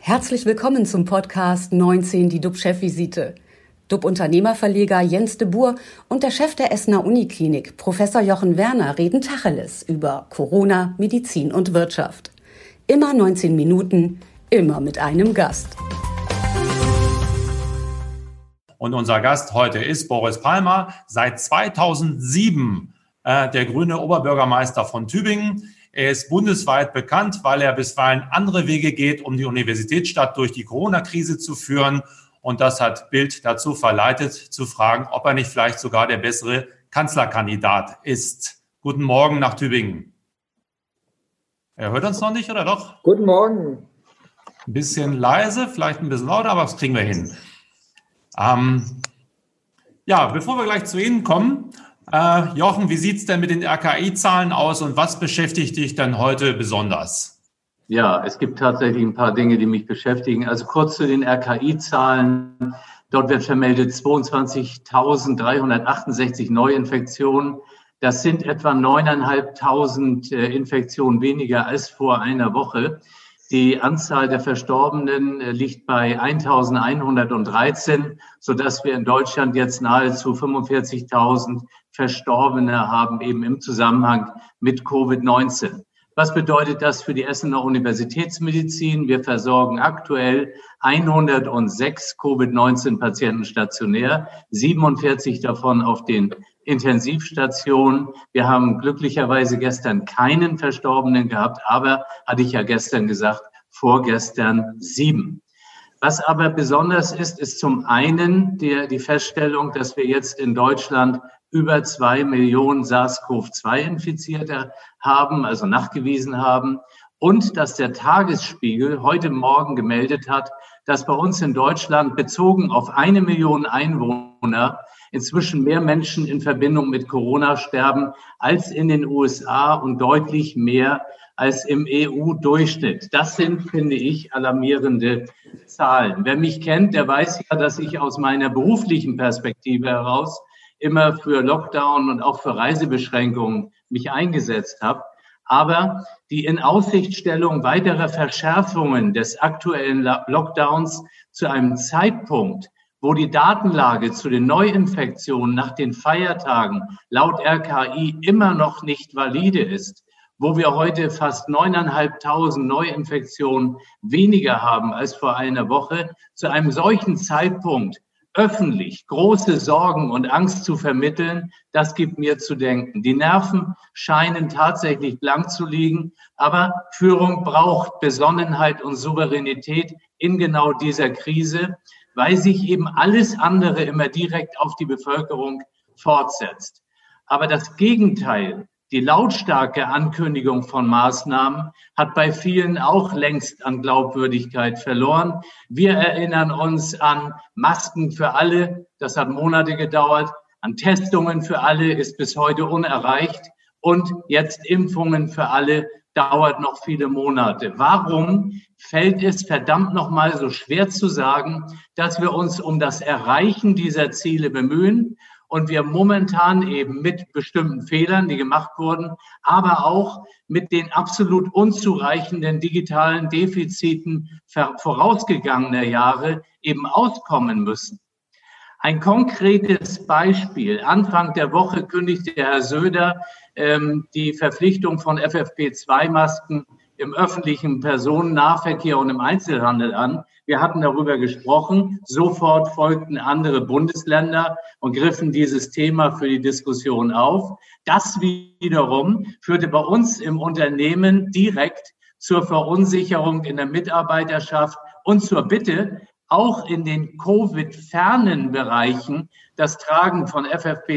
Herzlich willkommen zum Podcast 19, die DUB-Chefvisite. DUB-Unternehmerverleger Jens de Boer und der Chef der Essener Uniklinik, Professor Jochen Werner, reden Tacheles über Corona, Medizin und Wirtschaft. Immer 19 Minuten, immer mit einem Gast. Und unser Gast heute ist Boris Palmer, seit 2007 der grüne Oberbürgermeister von Tübingen. Er ist bundesweit bekannt, weil er bisweilen andere Wege geht, um die Universitätsstadt durch die Corona-Krise zu führen. Und das hat Bild dazu verleitet, zu fragen, ob er nicht vielleicht sogar der bessere Kanzlerkandidat ist. Guten Morgen nach Tübingen. Er hört uns noch nicht, oder doch? Guten Morgen. Ein bisschen leise, vielleicht ein bisschen lauter, aber das kriegen wir hin. Bevor wir gleich zu Ihnen kommen, Jochen, wie sieht es denn mit den RKI-Zahlen aus und was beschäftigt dich denn heute besonders? Ja, es gibt tatsächlich ein paar Dinge, die mich beschäftigen. Also kurz zu den RKI-Zahlen. Dort wird vermeldet 22.368 Neuinfektionen. Das sind etwa 9.500 Infektionen weniger als vor einer Woche. Die Anzahl der Verstorbenen liegt bei 1.113, sodass wir in Deutschland jetzt nahezu 45.000 Verstorbene haben, eben im Zusammenhang mit Covid-19. Was bedeutet das für die Essener Universitätsmedizin? Wir versorgen aktuell 106 Covid-19-Patienten stationär, 47 davon auf den Intensivstationen. Wir haben glücklicherweise gestern keinen Verstorbenen gehabt, aber, hatte ich ja gestern gesagt, vorgestern 7. Was aber besonders ist, ist zum einen die Feststellung, dass wir jetzt in Deutschland über 2 Millionen SARS-CoV-2-Infizierte haben, also nachgewiesen haben, und dass der Tagesspiegel heute Morgen gemeldet hat, dass bei uns in Deutschland bezogen auf 1 Million Einwohner inzwischen mehr Menschen in Verbindung mit Corona sterben als in den USA und deutlich mehr als im EU-Durchschnitt. Das sind, finde ich, alarmierende Zahlen. Wer mich kennt, der weiß ja, dass ich aus meiner beruflichen Perspektive heraus immer für Lockdown und auch für Reisebeschränkungen mich eingesetzt habe. Aber die Inaussichtstellung weiterer Verschärfungen des aktuellen Lockdowns zu einem Zeitpunkt, wo die Datenlage zu den Neuinfektionen nach den Feiertagen laut RKI immer noch nicht valide ist, wo wir heute fast 9.500 Neuinfektionen weniger haben als vor einer Woche, zu einem solchen Zeitpunkt öffentlich große Sorgen und Angst zu vermitteln, das gibt mir zu denken. Die Nerven scheinen tatsächlich blank zu liegen, aber Führung braucht Besonnenheit und Souveränität in genau dieser Krise, weil sich eben alles andere immer direkt auf die Bevölkerung fortsetzt. Aber das Gegenteil, die lautstarke Ankündigung von Maßnahmen, hat bei vielen auch längst an Glaubwürdigkeit verloren. Wir erinnern uns an Masken für alle, das hat Monate gedauert, an Testungen für alle ist bis heute unerreicht und jetzt Impfungen für alle dauert noch viele Monate. Warum fällt es verdammt nochmal so schwer zu sagen, dass wir uns um das Erreichen dieser Ziele bemühen und wir momentan eben mit bestimmten Fehlern, die gemacht wurden, aber auch mit den absolut unzureichenden digitalen Defiziten vorausgegangener Jahre eben auskommen müssen? Ein konkretes Beispiel. Anfang der Woche kündigte Herr Söder die Verpflichtung von FFP2-Masken im öffentlichen Personennahverkehr und im Einzelhandel an. Wir hatten darüber gesprochen. Sofort folgten andere Bundesländer und griffen dieses Thema für die Diskussion auf. Das wiederum führte bei uns im Unternehmen direkt zur Verunsicherung in der Mitarbeiterschaft und zur Bitte, auch in den Covid-fernen Bereichen das Tragen von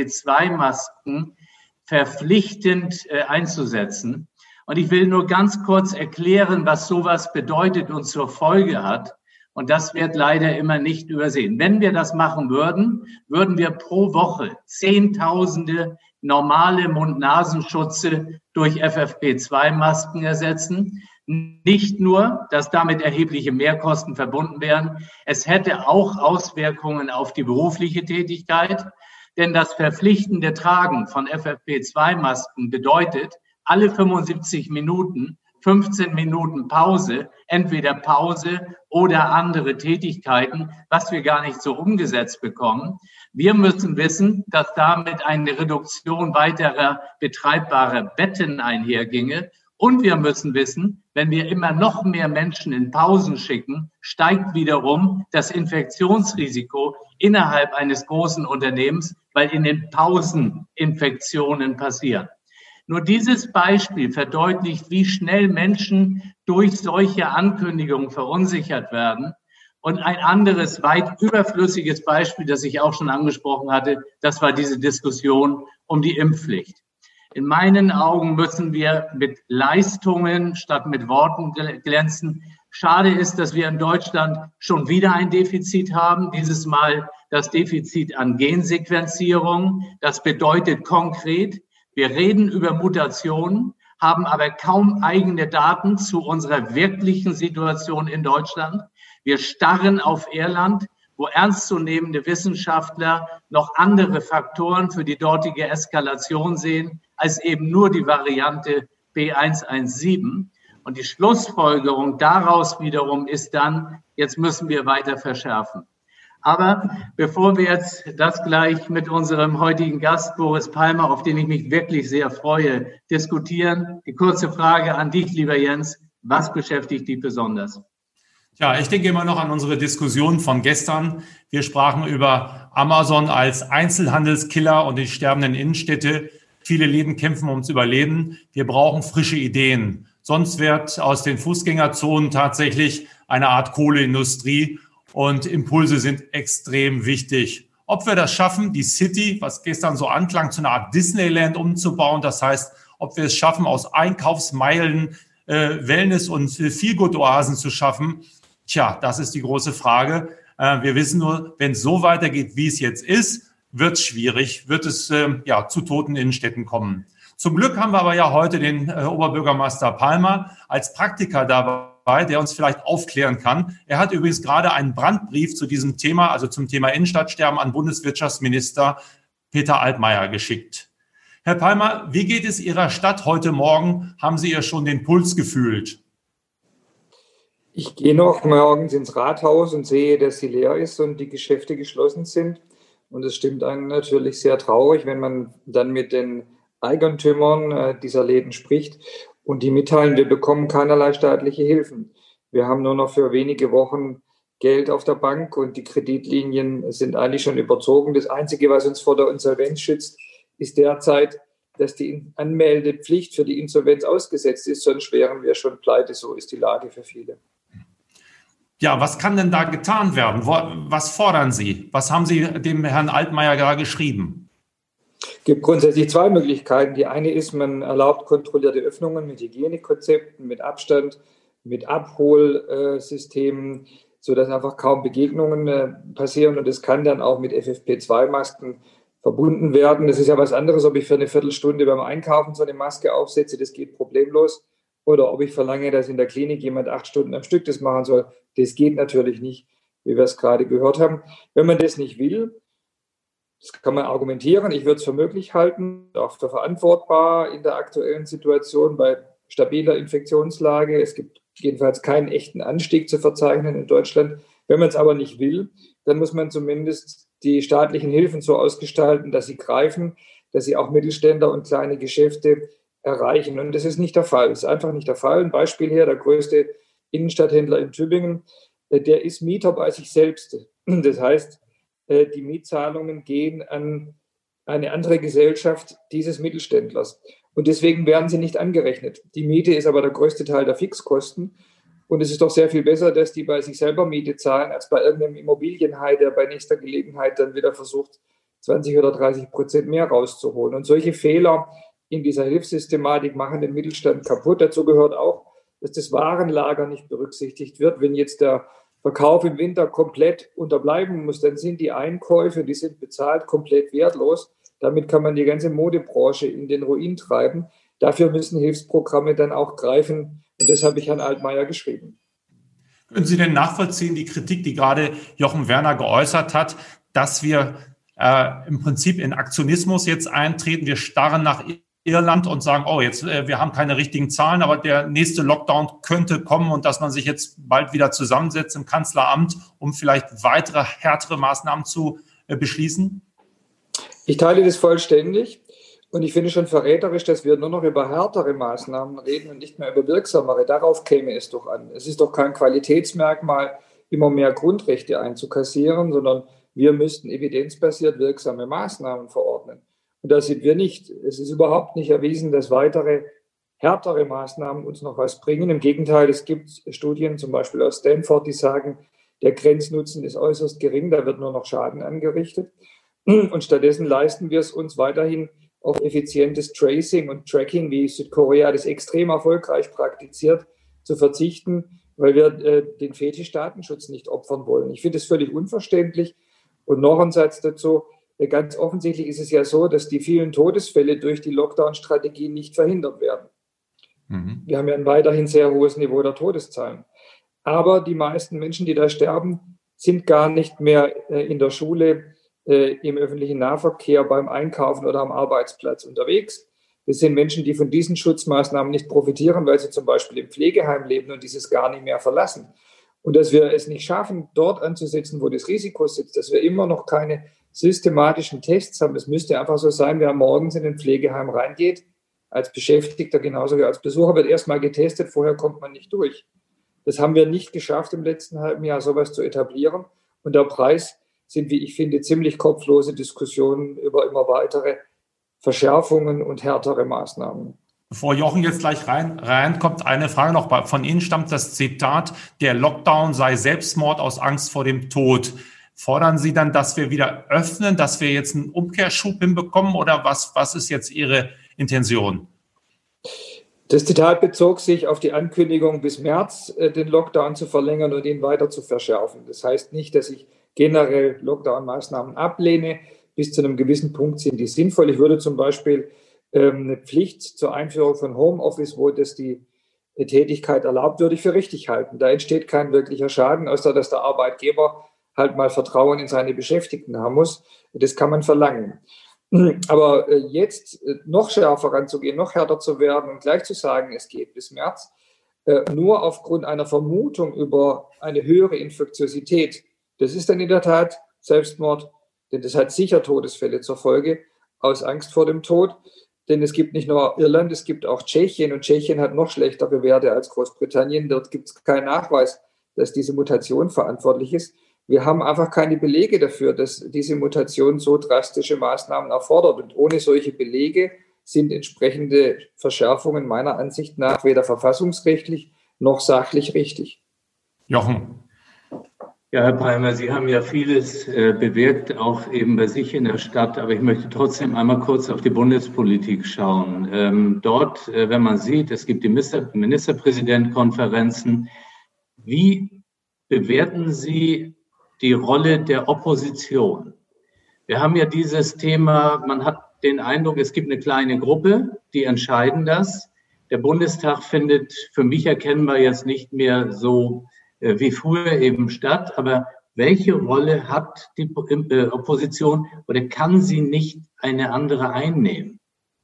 FFP2-Masken verpflichtend einzusetzen. Und ich will nur ganz kurz erklären, was sowas bedeutet und zur Folge hat. Und das wird leider immer nicht übersehen. Wenn wir das machen würden, würden wir pro Woche Zehntausende normale Mund-Nasenschutze durch FFP2-Masken ersetzen. Nicht nur, dass damit erhebliche Mehrkosten verbunden wären, es hätte auch Auswirkungen auf die berufliche Tätigkeit, denn das verpflichtende Tragen von FFP2-Masken bedeutet, alle 75 Minuten 15 Minuten Pause, entweder Pause oder andere Tätigkeiten, was wir gar nicht so umgesetzt bekommen. Wir müssen wissen, dass damit eine Reduktion weiterer betreibbarer Betten einherginge. Und wir müssen wissen, wenn wir immer noch mehr Menschen in Pausen schicken, steigt wiederum das Infektionsrisiko innerhalb eines großen Unternehmens, weil in den Pausen Infektionen passieren. Nur dieses Beispiel verdeutlicht, wie schnell Menschen durch solche Ankündigungen verunsichert werden. Und ein anderes, weit überflüssiges Beispiel, das ich auch schon angesprochen hatte, das war diese Diskussion um die Impfpflicht. In meinen Augen müssen wir mit Leistungen statt mit Worten glänzen. Schade ist, dass wir in Deutschland schon wieder ein Defizit haben. Dieses Mal das Defizit an Gensequenzierung. Das bedeutet konkret, wir reden über Mutationen, haben aber kaum eigene Daten zu unserer wirklichen Situation in Deutschland. Wir starren auf Irland, wo ernstzunehmende Wissenschaftler noch andere Faktoren für die dortige Eskalation sehen, als eben nur die Variante B117. Und die Schlussfolgerung daraus wiederum ist dann, jetzt müssen wir weiter verschärfen. Aber bevor wir jetzt das gleich mit unserem heutigen Gast Boris Palmer, auf den ich mich wirklich sehr freue, diskutieren, die kurze Frage an dich, lieber Jens, was beschäftigt dich besonders? Ja, ich denke immer noch an unsere Diskussion von gestern. Wir sprachen über Amazon als Einzelhandelskiller und die sterbenden Innenstädte. Viele Läden kämpfen ums Überleben. Wir brauchen frische Ideen. Sonst wird aus den Fußgängerzonen tatsächlich eine Art Kohleindustrie. Und Impulse sind extrem wichtig. Ob wir das schaffen, die City, was gestern so anklang, zu einer Art Disneyland umzubauen. Das heißt, ob wir es schaffen, aus Einkaufsmeilen Wellness- und Feelgood-Oasen zu schaffen. Tja, das ist die große Frage. Wir wissen nur, wenn es so weitergeht, wie es jetzt ist, wird es schwierig, wird es zu toten Innenstädten kommen. Zum Glück haben wir aber ja heute den Oberbürgermeister Palmer als Praktiker dabei, der uns vielleicht aufklären kann. Er hat übrigens gerade einen Brandbrief zu diesem Thema, also zum Thema Innenstadtsterben, an Bundeswirtschaftsminister Peter Altmaier geschickt. Herr Palmer, wie geht es Ihrer Stadt heute Morgen? Haben Sie ihr schon den Puls gefühlt? Ich gehe noch morgens ins Rathaus und sehe, dass sie leer ist und die Geschäfte geschlossen sind. Und es stimmt einen natürlich sehr traurig, wenn man dann mit den Eigentümern dieser Läden spricht und die mitteilen, wir bekommen keinerlei staatliche Hilfen. Wir haben nur noch für wenige Wochen Geld auf der Bank und die Kreditlinien sind eigentlich schon überzogen. Das Einzige, was uns vor der Insolvenz schützt, ist derzeit, dass die Anmeldepflicht für die Insolvenz ausgesetzt ist, sonst wären wir schon pleite. So ist die Lage für viele. Ja, was kann denn da getan werden? Was fordern Sie? Was haben Sie dem Herrn Altmaier da geschrieben? Es gibt grundsätzlich zwei Möglichkeiten. Die eine ist, man erlaubt kontrollierte Öffnungen mit Hygienekonzepten, mit Abstand, mit Abholsystemen, sodass einfach kaum Begegnungen passieren. Und das kann dann auch mit FFP2-Masken verbunden werden. Das ist ja was anderes, ob ich für eine Viertelstunde beim Einkaufen so eine Maske aufsetze, das geht problemlos. Oder ob ich verlange, dass in der Klinik jemand 8 Stunden am Stück das machen soll. Das geht natürlich nicht, wie wir es gerade gehört haben. Wenn man das nicht will, das kann man argumentieren. Ich würde es für möglich halten, auch für verantwortbar in der aktuellen Situation bei stabiler Infektionslage. Es gibt jedenfalls keinen echten Anstieg zu verzeichnen in Deutschland. Wenn man es aber nicht will, dann muss man zumindest die staatlichen Hilfen so ausgestalten, dass sie greifen, dass sie auch Mittelständler und kleine Geschäfte erreichen. Und das ist nicht der Fall. Das ist einfach nicht der Fall. Ein Beispiel hier, der größte Innenstadthändler in Tübingen, der ist Mieter bei sich selbst. Das heißt, die Mietzahlungen gehen an eine andere Gesellschaft dieses Mittelständlers. Und deswegen werden sie nicht angerechnet. Die Miete ist aber der größte Teil der Fixkosten. Und es ist doch sehr viel besser, dass die bei sich selber Miete zahlen, als bei irgendeinem Immobilienhai, der bei nächster Gelegenheit dann wieder versucht, 20 oder 30% mehr rauszuholen. Und solche Fehler in dieser Hilfssystematik machen den Mittelstand kaputt. Dazu gehört auch, dass das Warenlager nicht berücksichtigt wird. Wenn jetzt der Verkauf im Winter komplett unterbleiben muss, dann sind die Einkäufe, die sind bezahlt, komplett wertlos. Damit kann man die ganze Modebranche in den Ruin treiben. Dafür müssen Hilfsprogramme dann auch greifen. Und das habe ich Herrn Altmaier geschrieben. Können Sie denn nachvollziehen, die Kritik, die gerade Jochen Werner geäußert hat, dass wir im Prinzip in Aktionismus jetzt eintreten? Wir starren nach Irland und sagen, oh, jetzt, wir haben keine richtigen Zahlen, aber der nächste Lockdown könnte kommen und dass man sich jetzt bald wieder zusammensetzt im Kanzleramt, um vielleicht weitere härtere Maßnahmen zu beschließen? Ich teile das vollständig. Und ich finde schon verräterisch, dass wir nur noch über härtere Maßnahmen reden und nicht mehr über wirksamere. Darauf käme es doch an. Es ist doch kein Qualitätsmerkmal, immer mehr Grundrechte einzukassieren, sondern wir müssten evidenzbasiert wirksame Maßnahmen verordnen. Und da sind wir nicht. Es ist überhaupt nicht erwiesen, dass weitere härtere Maßnahmen uns noch was bringen. Im Gegenteil, es gibt Studien, zum Beispiel aus Stanford, die sagen, der Grenznutzen ist äußerst gering, da wird nur noch Schaden angerichtet. Und stattdessen leisten wir es uns weiterhin, auf effizientes Tracing und Tracking, wie Südkorea das extrem erfolgreich praktiziert, zu verzichten, weil wir den Fetisch-Datenschutz nicht opfern wollen. Ich finde es völlig unverständlich. Und noch ein Satz dazu. Ganz offensichtlich ist es ja so, dass die vielen Todesfälle durch die Lockdown-Strategie nicht verhindert werden. Wir haben ja ein weiterhin sehr hohes Niveau der Todeszahlen. Aber die meisten Menschen, die da sterben, sind gar nicht mehr in der Schule, im öffentlichen Nahverkehr, beim Einkaufen oder am Arbeitsplatz unterwegs. Das sind Menschen, die von diesen Schutzmaßnahmen nicht profitieren, weil sie zum Beispiel im Pflegeheim leben und dieses gar nicht mehr verlassen. Und dass wir es nicht schaffen, dort anzusetzen, wo das Risiko sitzt, dass wir immer noch keine systematischen Tests haben. Es müsste einfach so sein, wer morgens in ein Pflegeheim reingeht, als Beschäftigter genauso wie als Besucher, wird erstmal getestet, vorher kommt man nicht durch. Das haben wir nicht geschafft, im letzten halben Jahr sowas zu etablieren. Und der Preis sind, wie ich finde, ziemlich kopflose Diskussionen über immer weitere Verschärfungen und härtere Maßnahmen. Bevor Jochen jetzt gleich reinkommt, eine Frage noch. Von Ihnen stammt das Zitat, der Lockdown sei Selbstmord aus Angst vor dem Tod. Fordern Sie dann, dass wir wieder öffnen, dass wir jetzt einen Umkehrschub hinbekommen oder was ist jetzt Ihre Intention? Das Zitat bezog sich auf die Ankündigung, bis März den Lockdown zu verlängern und ihn weiter zu verschärfen. Das heißt nicht, dass ich generell Lockdown-Maßnahmen ablehne. Bis zu einem gewissen Punkt sind die sinnvoll. Ich würde zum Beispiel eine Pflicht zur Einführung von Homeoffice, wo das die Tätigkeit erlaubt, würde ich für richtig halten. Da entsteht kein wirklicher Schaden, außer dass der Arbeitgeber halt mal Vertrauen in seine Beschäftigten haben muss. Das kann man verlangen. Aber jetzt noch schärfer ranzugehen, noch härter zu werden und gleich zu sagen, es geht bis März, nur aufgrund einer Vermutung über eine höhere Infektiosität, das ist dann in der Tat Selbstmord, denn das hat sicher Todesfälle zur Folge aus Angst vor dem Tod. Denn es gibt nicht nur Irland, es gibt auch Tschechien und Tschechien hat noch schlechtere Werte als Großbritannien. Dort gibt es keinen Nachweis, dass diese Mutation verantwortlich ist. Wir haben einfach keine Belege dafür, dass diese Mutation so drastische Maßnahmen erfordert. Und ohne solche Belege sind entsprechende Verschärfungen meiner Ansicht nach weder verfassungsrechtlich noch sachlich richtig. Jochen. Ja, Herr Palmer, Sie haben ja vieles bewirkt, auch eben bei sich in der Stadt. Aber ich möchte trotzdem einmal kurz auf die Bundespolitik schauen. Dort, wenn man sieht, es gibt die Ministerpräsidentenkonferenzen. Wie bewerten Sie die Rolle der Opposition? Wir haben ja dieses Thema, man hat den Eindruck, es gibt eine kleine Gruppe, die entscheiden das. Der Bundestag findet für mich erkennbar jetzt nicht mehr so wie früher eben statt. Aber welche Rolle hat die Opposition oder kann sie nicht eine andere einnehmen?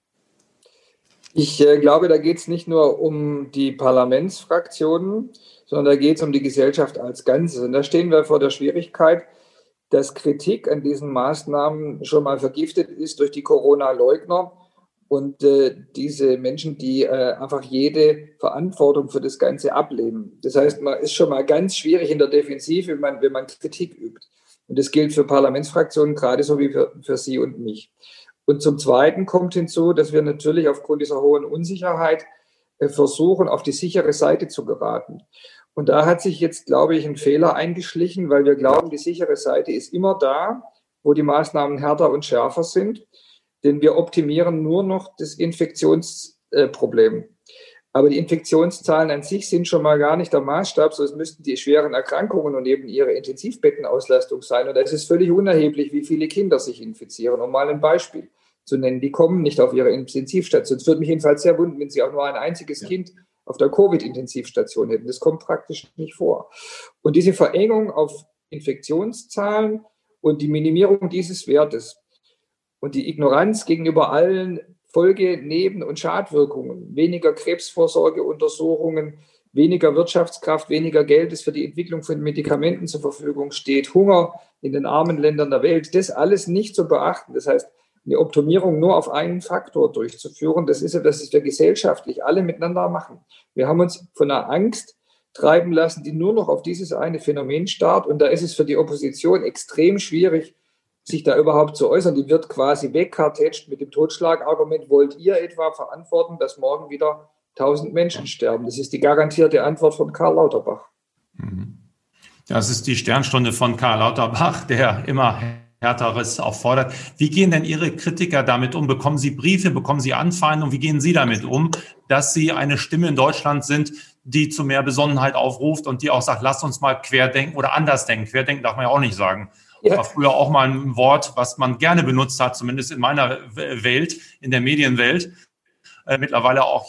Ich glaube, da geht es nicht nur um die Parlamentsfraktionen, sondern da geht es um die Gesellschaft als Ganzes. Und da stehen wir vor der Schwierigkeit, dass Kritik an diesen Maßnahmen schon mal vergiftet ist durch die Corona-Leugner und diese Menschen, die einfach jede Verantwortung für das Ganze ablehnen. Das heißt, man ist schon mal ganz schwierig in der Defensive, wenn man Kritik übt. Und das gilt für Parlamentsfraktionen gerade so wie für Sie und mich. Und zum Zweiten kommt hinzu, dass wir natürlich aufgrund dieser hohen Unsicherheit versuchen, auf die sichere Seite zu geraten. Und da hat sich jetzt, glaube ich, ein Fehler eingeschlichen, weil wir glauben, die sichere Seite ist immer da, wo die Maßnahmen härter und schärfer sind. Denn wir optimieren nur noch das Infektionsproblem. Aber die Infektionszahlen an sich sind schon mal gar nicht der Maßstab, sondern es müssten die schweren Erkrankungen und eben ihre Intensivbettenauslastung sein. Und da ist es völlig unerheblich, wie viele Kinder sich infizieren. Um mal ein Beispiel zu nennen, die kommen nicht auf ihre Intensivstation. Es würde mich jedenfalls sehr wundern, wenn Sie auch nur ein einziges Kind auf der Covid-Intensivstation hätten. Das kommt praktisch nicht vor. Und diese Verengung auf Infektionszahlen und die Minimierung dieses Wertes und die Ignoranz gegenüber allen Folge-, Neben- und Schadwirkungen, weniger Krebsvorsorgeuntersuchungen, weniger Wirtschaftskraft, weniger Geld, das für die Entwicklung von Medikamenten zur Verfügung steht, Hunger in den armen Ländern der Welt, das alles nicht zu beachten. Das heißt, eine Optimierung nur auf einen Faktor durchzuführen, das ist ja, das wir gesellschaftlich alle miteinander machen. Wir haben uns von einer Angst treiben lassen, die nur noch auf dieses eine Phänomen starrt. Und da ist es für die Opposition extrem schwierig, sich da überhaupt zu äußern. Die wird quasi wegkartätscht mit dem Totschlagargument, wollt ihr etwa verantworten, dass morgen wieder 1000 Menschen sterben? Das ist die garantierte Antwort von Karl Lauterbach. Das ist die Sternstunde von Karl Lauterbach, der immer Härteres auch fordert. Wie gehen denn Ihre Kritiker damit um? Bekommen Sie Briefe, bekommen Sie Anfeindungen? Wie gehen Sie damit um, dass Sie eine Stimme in Deutschland sind, die zu mehr Besonnenheit aufruft und die auch sagt, lasst uns mal querdenken oder anders denken. Querdenken darf man ja auch nicht sagen. Ja. War früher auch mal ein Wort, was man gerne benutzt hat, zumindest in meiner Welt, in der Medienwelt. Mittlerweile auch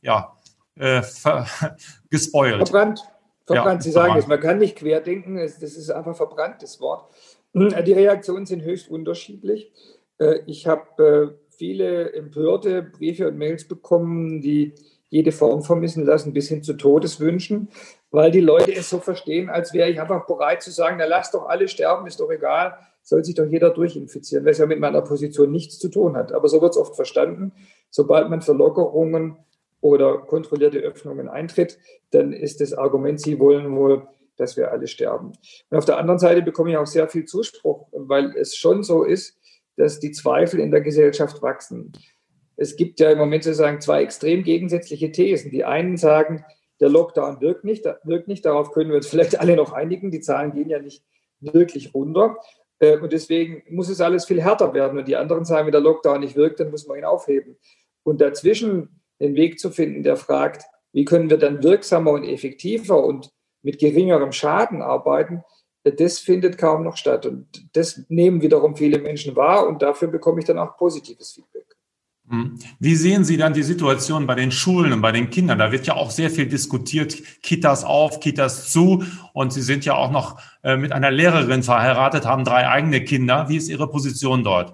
gespoilt. Verbrannt. Ja, Sie sagen es, man kann nicht querdenken, das ist einfach verbranntes Wort. Die Reaktionen sind höchst unterschiedlich. Ich habe viele empörte Briefe und Mails bekommen, die jede Form vermissen lassen, bis hin zu Todeswünschen, weil die Leute es so verstehen, als wäre ich einfach bereit zu sagen, na lasst doch alle sterben, ist doch egal, soll sich doch jeder durchinfizieren, was ja mit meiner Position nichts zu tun hat. Aber so wird es oft verstanden. Sobald man für Lockerungen oder kontrollierte Öffnungen eintritt, dann ist das Argument, sie wollen wohl, dass wir alle sterben. Und auf der anderen Seite bekomme ich auch sehr viel Zuspruch, weil es schon so ist, dass die Zweifel in der Gesellschaft wachsen. Es gibt ja im Moment sozusagen zwei extrem gegensätzliche Thesen. Die einen sagen, der Lockdown wirkt nicht, darauf können wir uns vielleicht alle noch einigen, die Zahlen gehen ja nicht wirklich runter und deswegen muss es alles viel härter werden. Und die anderen sagen, wenn der Lockdown nicht wirkt, dann muss man ihn aufheben. Und dazwischen den Weg zu finden, der fragt, wie können wir dann wirksamer und effektiver und mit geringerem Schaden arbeiten, das findet kaum noch statt. Und das nehmen wiederum viele Menschen wahr und dafür bekomme ich dann auch positives Feedback. Wie sehen Sie dann die Situation bei den Schulen und bei den Kindern? Da wird ja auch sehr viel diskutiert, Kitas auf, Kitas zu. Und Sie sind ja auch noch mit einer Lehrerin verheiratet, haben 3 eigene Kinder. Wie ist Ihre Position dort?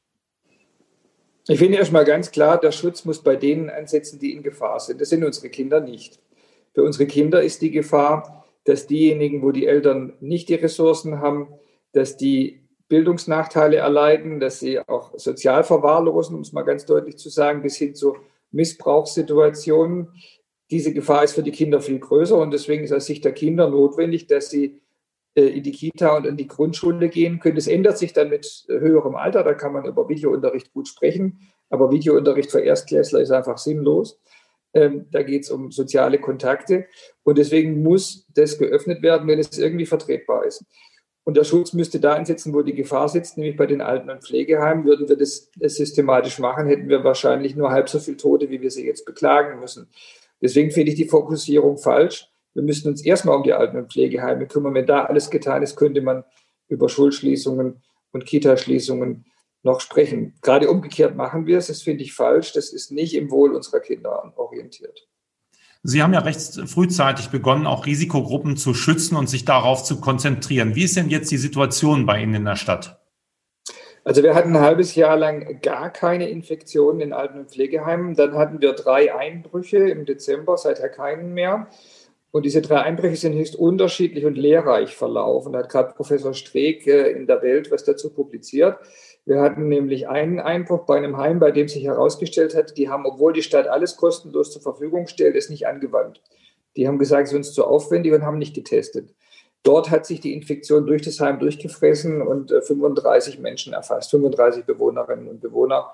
Ich finde erstmal ganz klar, der Schutz muss bei denen ansetzen, die in Gefahr sind. Das sind unsere Kinder nicht. Für unsere Kinder ist die Gefahr, dass diejenigen, wo die Eltern nicht die Ressourcen haben, dass die Bildungsnachteile erleiden, dass sie auch sozial verwahrlosen, um es mal ganz deutlich zu sagen, bis hin zu Missbrauchssituationen. Diese Gefahr ist für die Kinder viel größer und deswegen ist aus Sicht der Kinder notwendig, dass sie in die Kita und in die Grundschule gehen können. Das ändert sich dann mit höherem Alter, da kann man über Videounterricht gut sprechen, aber Videounterricht für Erstklässler ist einfach sinnlos. Da geht es um soziale Kontakte und deswegen muss das geöffnet werden, wenn es irgendwie vertretbar ist. Und der Schutz müsste da einsetzen, wo die Gefahr sitzt, nämlich bei den Alten- und Pflegeheimen. Würden wir das systematisch machen, hätten wir wahrscheinlich nur halb so viele Tote, wie wir sie jetzt beklagen müssen. Deswegen finde ich die Fokussierung falsch. Wir müssen uns erstmal um die Alten- und Pflegeheime kümmern. Wenn da alles getan ist, könnte man über Schulschließungen und Kitaschließungen noch sprechen. Gerade umgekehrt machen wir es. Das finde ich falsch. Das ist nicht im Wohl unserer Kinder orientiert. Sie haben ja recht frühzeitig begonnen, auch Risikogruppen zu schützen und sich darauf zu konzentrieren. Wie ist denn jetzt die Situation bei Ihnen in der Stadt? Also wir hatten ein halbes Jahr lang gar keine Infektionen in Alten- und Pflegeheimen. Dann hatten wir 3 Einbrüche im Dezember, seither keinen mehr. Und diese 3 Einbrüche sind höchst unterschiedlich und lehrreich verlaufen. Da hat gerade Professor Streeck in der Welt was dazu publiziert. Wir hatten nämlich einen Einbruch bei einem Heim, bei dem sich herausgestellt hat, die haben, obwohl die Stadt alles kostenlos zur Verfügung stellt, es nicht angewandt. Die haben gesagt, es ist uns zu aufwendig und haben nicht getestet. Dort hat sich die Infektion durch das Heim durchgefressen und 35 Menschen erfasst, 35 Bewohnerinnen und Bewohner.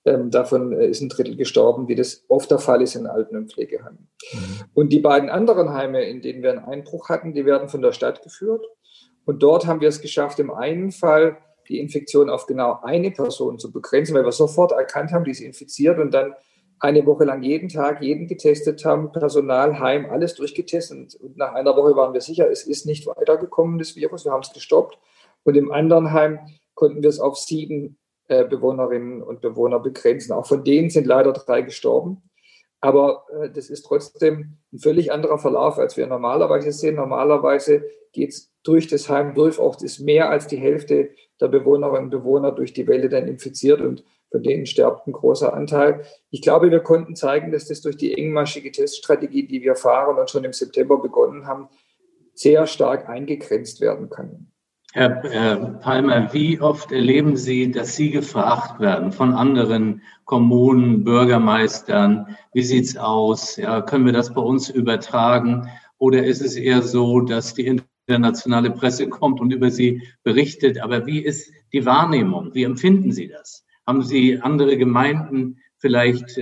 Davon ist ein Drittel gestorben, wie das oft der Fall ist in Alten- und Pflegeheimen. Und die beiden anderen Heime, in denen wir einen Einbruch hatten, die werden von der Stadt geführt. Und dort haben wir es geschafft, im einen Fall die Infektion auf genau eine Person zu begrenzen, weil wir sofort erkannt haben, die ist infiziert und dann eine Woche lang jeden Tag jeden getestet haben, Personal, Heim, alles durchgetestet. Und nach einer Woche waren wir sicher, es ist nicht weitergekommen, das Virus, wir haben es gestoppt. Und im anderen Heim konnten wir es auf 7 Bewohnerinnen und Bewohner begrenzen. Auch von denen sind leider 3 gestorben. Aber das ist trotzdem ein völlig anderer Verlauf, als wir normalerweise sehen. Normalerweise geht es durch das Heim durch. Oft ist mehr als die Hälfte der Bewohnerinnen und Bewohner durch die Welle dann infiziert. Und Von denen stirbt ein großer Anteil. Ich glaube, wir konnten zeigen, dass das durch die engmaschige Teststrategie, die wir fahren und schon im September begonnen haben, sehr stark eingegrenzt werden kann. Herr Palmer, wie oft erleben Sie, dass Sie gefragt werden von anderen Kommunen, Bürgermeistern? Wie sieht's aus? Ja, können wir das bei uns übertragen? Oder ist es eher so, dass die internationale Presse kommt und über Sie berichtet? Aber wie ist die Wahrnehmung? Wie empfinden Sie das? Haben Sie andere Gemeinden vielleicht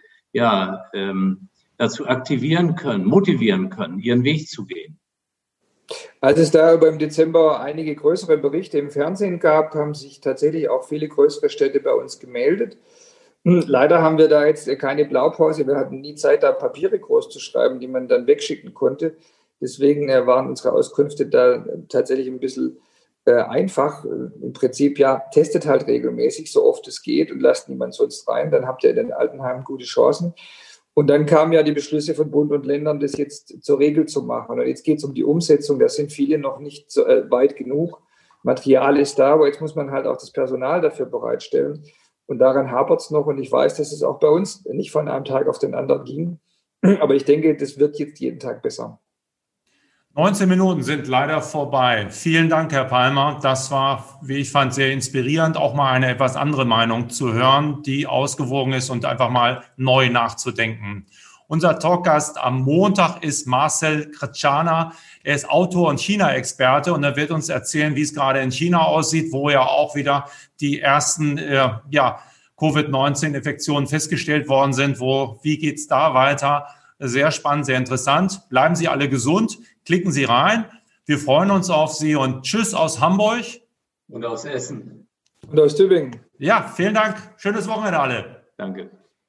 dazu aktivieren können, motivieren können, ihren Weg zu gehen? Als es da aber im Dezember einige größere Berichte im Fernsehen gab, haben sich tatsächlich auch viele größere Städte bei uns gemeldet. Leider haben wir da jetzt keine Blaupause. Wir hatten nie Zeit, da Papiere groß zu schreiben, die man dann wegschicken konnte. Deswegen waren unsere Auskünfte da tatsächlich ein bisschen einfach. Im Prinzip, testet halt regelmäßig, so oft es geht und lasst niemand sonst rein. Dann habt ihr in den Altenheimen gute Chancen. Und dann kamen ja die Beschlüsse von Bund und Ländern, das jetzt zur Regel zu machen. Und jetzt geht es um die Umsetzung. Da sind viele noch nicht so weit genug. Material ist da, aber jetzt muss man halt auch das Personal dafür bereitstellen. Und daran hapert es noch. Und ich weiß, dass es auch bei uns nicht von einem Tag auf den anderen ging. Aber ich denke, das wird jetzt jeden Tag besser. 19 Minuten sind leider vorbei. Vielen Dank, Herr Palmer. Das war, wie ich fand, sehr inspirierend, auch mal eine etwas andere Meinung zu hören, die ausgewogen ist und einfach mal neu nachzudenken. Unser Talkgast am Montag ist Marcel Kretschana. Er ist Autor und China-Experte und er wird uns erzählen, wie es gerade in China aussieht, wo ja auch wieder die ersten Covid-19-Infektionen festgestellt worden sind. Wie geht's da weiter? Sehr spannend, sehr interessant. Bleiben Sie alle gesund. Klicken Sie rein. Wir freuen uns auf Sie und tschüss aus Hamburg. Und aus Essen. Und aus Tübingen. Ja, vielen Dank. Schönes Wochenende alle. Danke.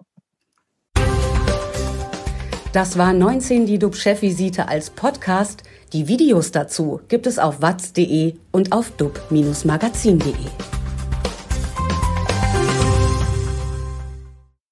Das war 19 die DUB-Chefvisite als Podcast. Die Videos dazu gibt es auf watz.de und auf dub-magazin.de.